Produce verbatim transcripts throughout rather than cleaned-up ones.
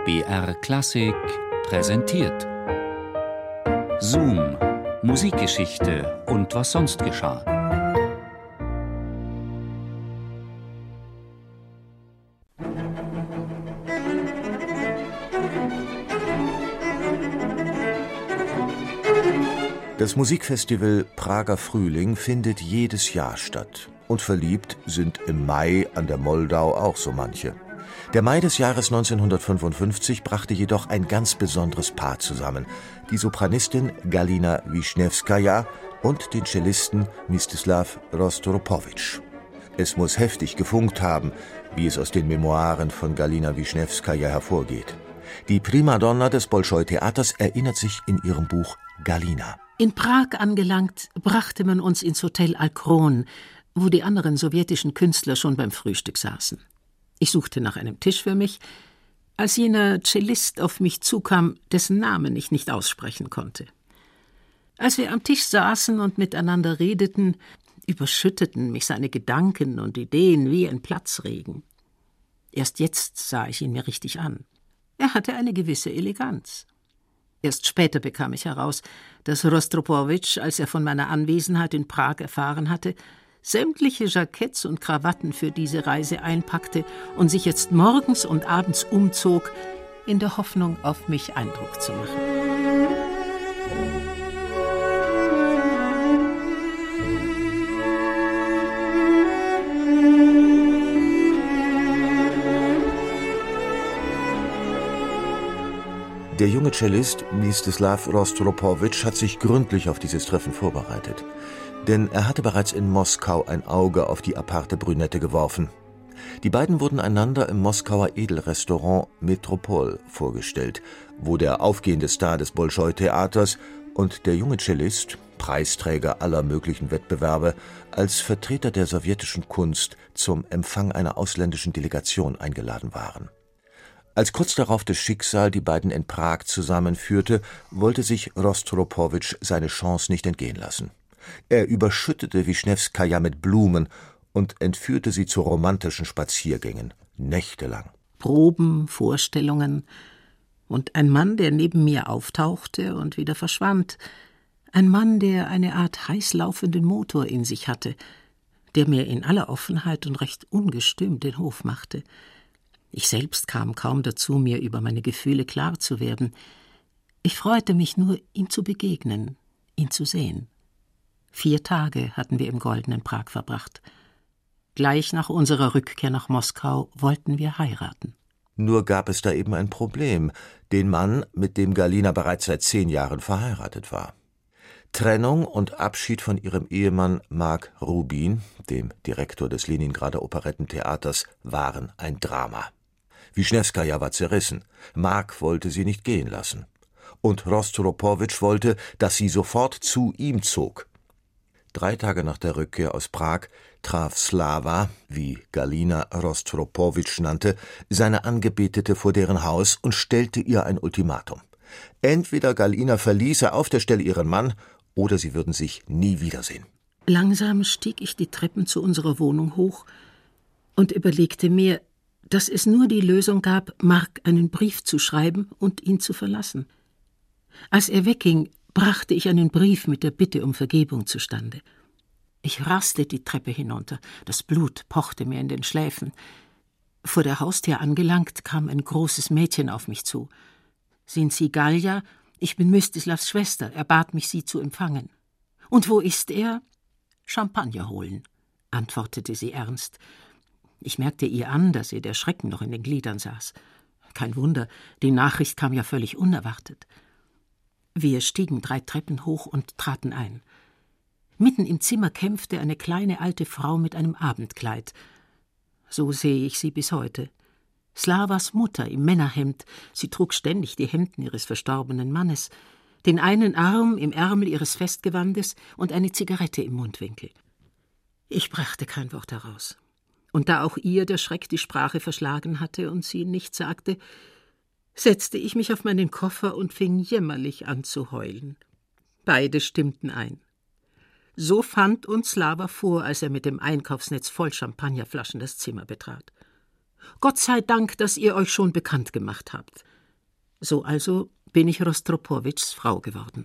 B R Klassik präsentiert Zoom, Musikgeschichte und was sonst geschah. Das Musikfestival Prager Frühling findet jedes Jahr statt. Und verliebt sind im Mai an der Moldau auch so manche. Der Mai des Jahres neunzehnhundertfünfundfünfzig brachte jedoch ein ganz besonderes Paar zusammen. Die Sopranistin Galina Wischnewskaja und den Cellisten Mstislav Rostropowitsch. Es muss heftig gefunkt haben, wie es aus den Memoiren von Galina Wischnewskaja hervorgeht. Die Primadonna des Bolschoi-Theaters erinnert sich in ihrem Buch Galina. In Prag angelangt, brachte man uns ins Hotel Alkron, wo die anderen sowjetischen Künstler schon beim Frühstück saßen. Ich suchte nach einem Tisch für mich, als jener Cellist auf mich zukam, dessen Namen ich nicht aussprechen konnte. Als wir am Tisch saßen und miteinander redeten, überschütteten mich seine Gedanken und Ideen wie ein Platzregen. Erst jetzt sah ich ihn mir richtig an. Er hatte eine gewisse Eleganz. Erst später bekam ich heraus, dass Rostropowitsch, als er von meiner Anwesenheit in Prag erfahren hatte, sämtliche Jacketts und Krawatten für diese Reise einpackte und sich jetzt morgens und abends umzog, in der Hoffnung, auf mich Eindruck zu machen. Der junge Cellist Mstislav Rostropowitsch hat sich gründlich auf dieses Treffen vorbereitet. Denn er hatte bereits in Moskau ein Auge auf die aparte Brünette geworfen. Die beiden wurden einander im Moskauer Edelrestaurant Metropol vorgestellt, wo der aufgehende Star des Bolschoi-Theaters und der junge Cellist, Preisträger aller möglichen Wettbewerbe, als Vertreter der sowjetischen Kunst zum Empfang einer ausländischen Delegation eingeladen waren. Als kurz darauf das Schicksal die beiden in Prag zusammenführte, wollte sich Rostropowitsch seine Chance nicht entgehen lassen. Er überschüttete Wischnewskaja mit Blumen und entführte sie zu romantischen Spaziergängen, nächtelang. Proben, Vorstellungen und ein Mann, der neben mir auftauchte und wieder verschwand. Ein Mann, der eine Art heißlaufenden Motor in sich hatte, der mir in aller Offenheit und recht ungestüm den Hof machte. Ich selbst kam kaum dazu, mir über meine Gefühle klar zu werden. Ich freute mich nur, ihm zu begegnen, ihn zu sehen. Vier Tage hatten wir im goldenen Prag verbracht. Gleich nach unserer Rückkehr nach Moskau wollten wir heiraten. Nur gab es da eben ein Problem, den Mann, mit dem Galina bereits seit zehn Jahren verheiratet war. Trennung und Abschied von ihrem Ehemann Mark Rubin, dem Direktor des Leningrader Operettentheaters, waren ein Drama. Wischnewskaja war zerrissen. Mark wollte sie nicht gehen lassen. Und Rostropowitsch wollte, dass sie sofort zu ihm zog. Drei Tage nach der Rückkehr aus Prag traf Slava, wie Galina Rostropowitsch nannte, seine Angebetete vor deren Haus und stellte ihr ein Ultimatum. Entweder Galina verließe auf der Stelle ihren Mann, oder sie würden sich nie wiedersehen. Langsam stieg ich die Treppen zu unserer Wohnung hoch und überlegte mir, dass es nur die Lösung gab, Mark einen Brief zu schreiben und ihn zu verlassen. Als er wegging, brachte ich einen Brief mit der Bitte um Vergebung zustande. Ich raste die Treppe hinunter, das Blut pochte mir in den Schläfen. Vor der Haustür angelangt, kam ein großes Mädchen auf mich zu. »Sind Sie Galja? Ich bin Mstislavs Schwester. Er bat mich, Sie zu empfangen.« »Und wo ist er?« »Champagner holen«, antwortete sie ernst. Ich merkte ihr an, dass ihr der Schrecken noch in den Gliedern saß. Kein Wunder, die Nachricht kam ja völlig unerwartet. Wir stiegen drei Treppen hoch und traten ein. Mitten im Zimmer kämpfte eine kleine alte Frau mit einem Abendkleid. So sehe ich sie bis heute. Slavas Mutter im Männerhemd, sie trug ständig die Hemden ihres verstorbenen Mannes, den einen Arm im Ärmel ihres Festgewandes und eine Zigarette im Mundwinkel. Ich brachte kein Wort heraus. Und da auch ihr der Schreck die Sprache verschlagen hatte und sie nichts sagte, setzte ich mich auf meinen Koffer und fing jämmerlich an zu heulen. Beide stimmten ein. So fand uns Slava vor, als er mit dem Einkaufsnetz voll Champagnerflaschen das Zimmer betrat. »Gott sei Dank, dass ihr euch schon bekannt gemacht habt. So also bin ich Rostropowitschs Frau geworden.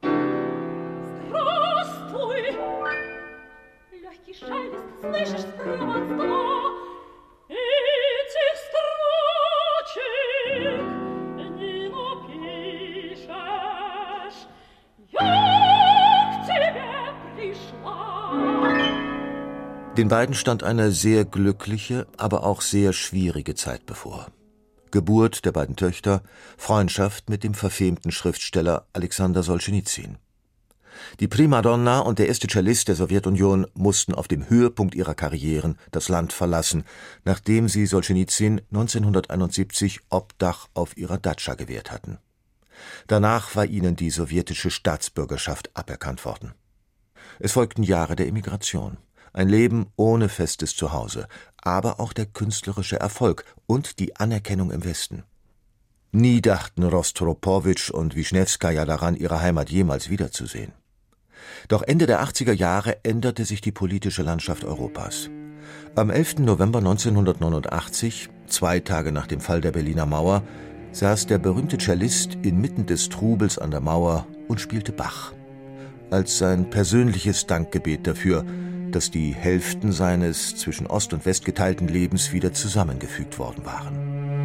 Den beiden stand eine sehr glückliche, aber auch sehr schwierige Zeit bevor. Geburt der beiden Töchter, Freundschaft mit dem verfemten Schriftsteller Alexander Solschenizyn. Die Primadonna und der erste Cellist der Sowjetunion mussten auf dem Höhepunkt ihrer Karrieren das Land verlassen, nachdem sie Solschenizyn neunzehnhunderteinundsiebzig Obdach auf ihrer Datscha gewährt hatten. Danach war ihnen die sowjetische Staatsbürgerschaft aberkannt worden. Es folgten Jahre der Emigration. Ein Leben ohne festes Zuhause, aber auch der künstlerische Erfolg und die Anerkennung im Westen. Nie dachten Rostropowitsch und Wischnewskaja daran, ihre Heimat jemals wiederzusehen. Doch Ende der achtziger Jahre änderte sich die politische Landschaft Europas. Am elften November neunzehnhundertneunundachtzig, zwei Tage nach dem Fall der Berliner Mauer, saß der berühmte Cellist inmitten des Trubels an der Mauer und spielte Bach. Als sein persönliches Dankgebet dafür, dass die Hälften seines zwischen Ost und West geteilten Lebens wieder zusammengefügt worden waren.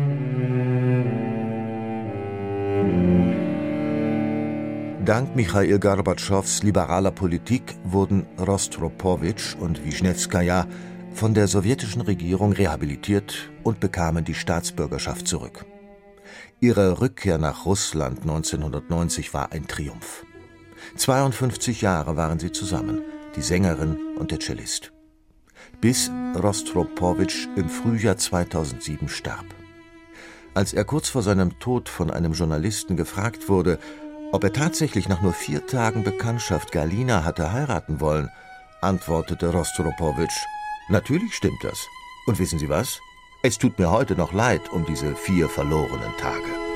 Dank Michail Gorbatschows liberaler Politik wurden Rostropowitsch und Wischnewskaja von der sowjetischen Regierung rehabilitiert und bekamen die Staatsbürgerschaft zurück. Ihre Rückkehr nach Russland neunzehnhundertneunzig war ein Triumph. zweiundfünfzig Jahre waren sie zusammen, die Sängerin und der Cellist. Bis Rostropowitsch im Frühjahr zweitausendsieben starb. Als er kurz vor seinem Tod von einem Journalisten gefragt wurde, ob er tatsächlich nach nur vier Tagen Bekanntschaft Galina hatte heiraten wollen, antwortete Rostropowitsch: Natürlich stimmt das. Und wissen Sie was? Es tut mir heute noch leid um diese vier verlorenen Tage.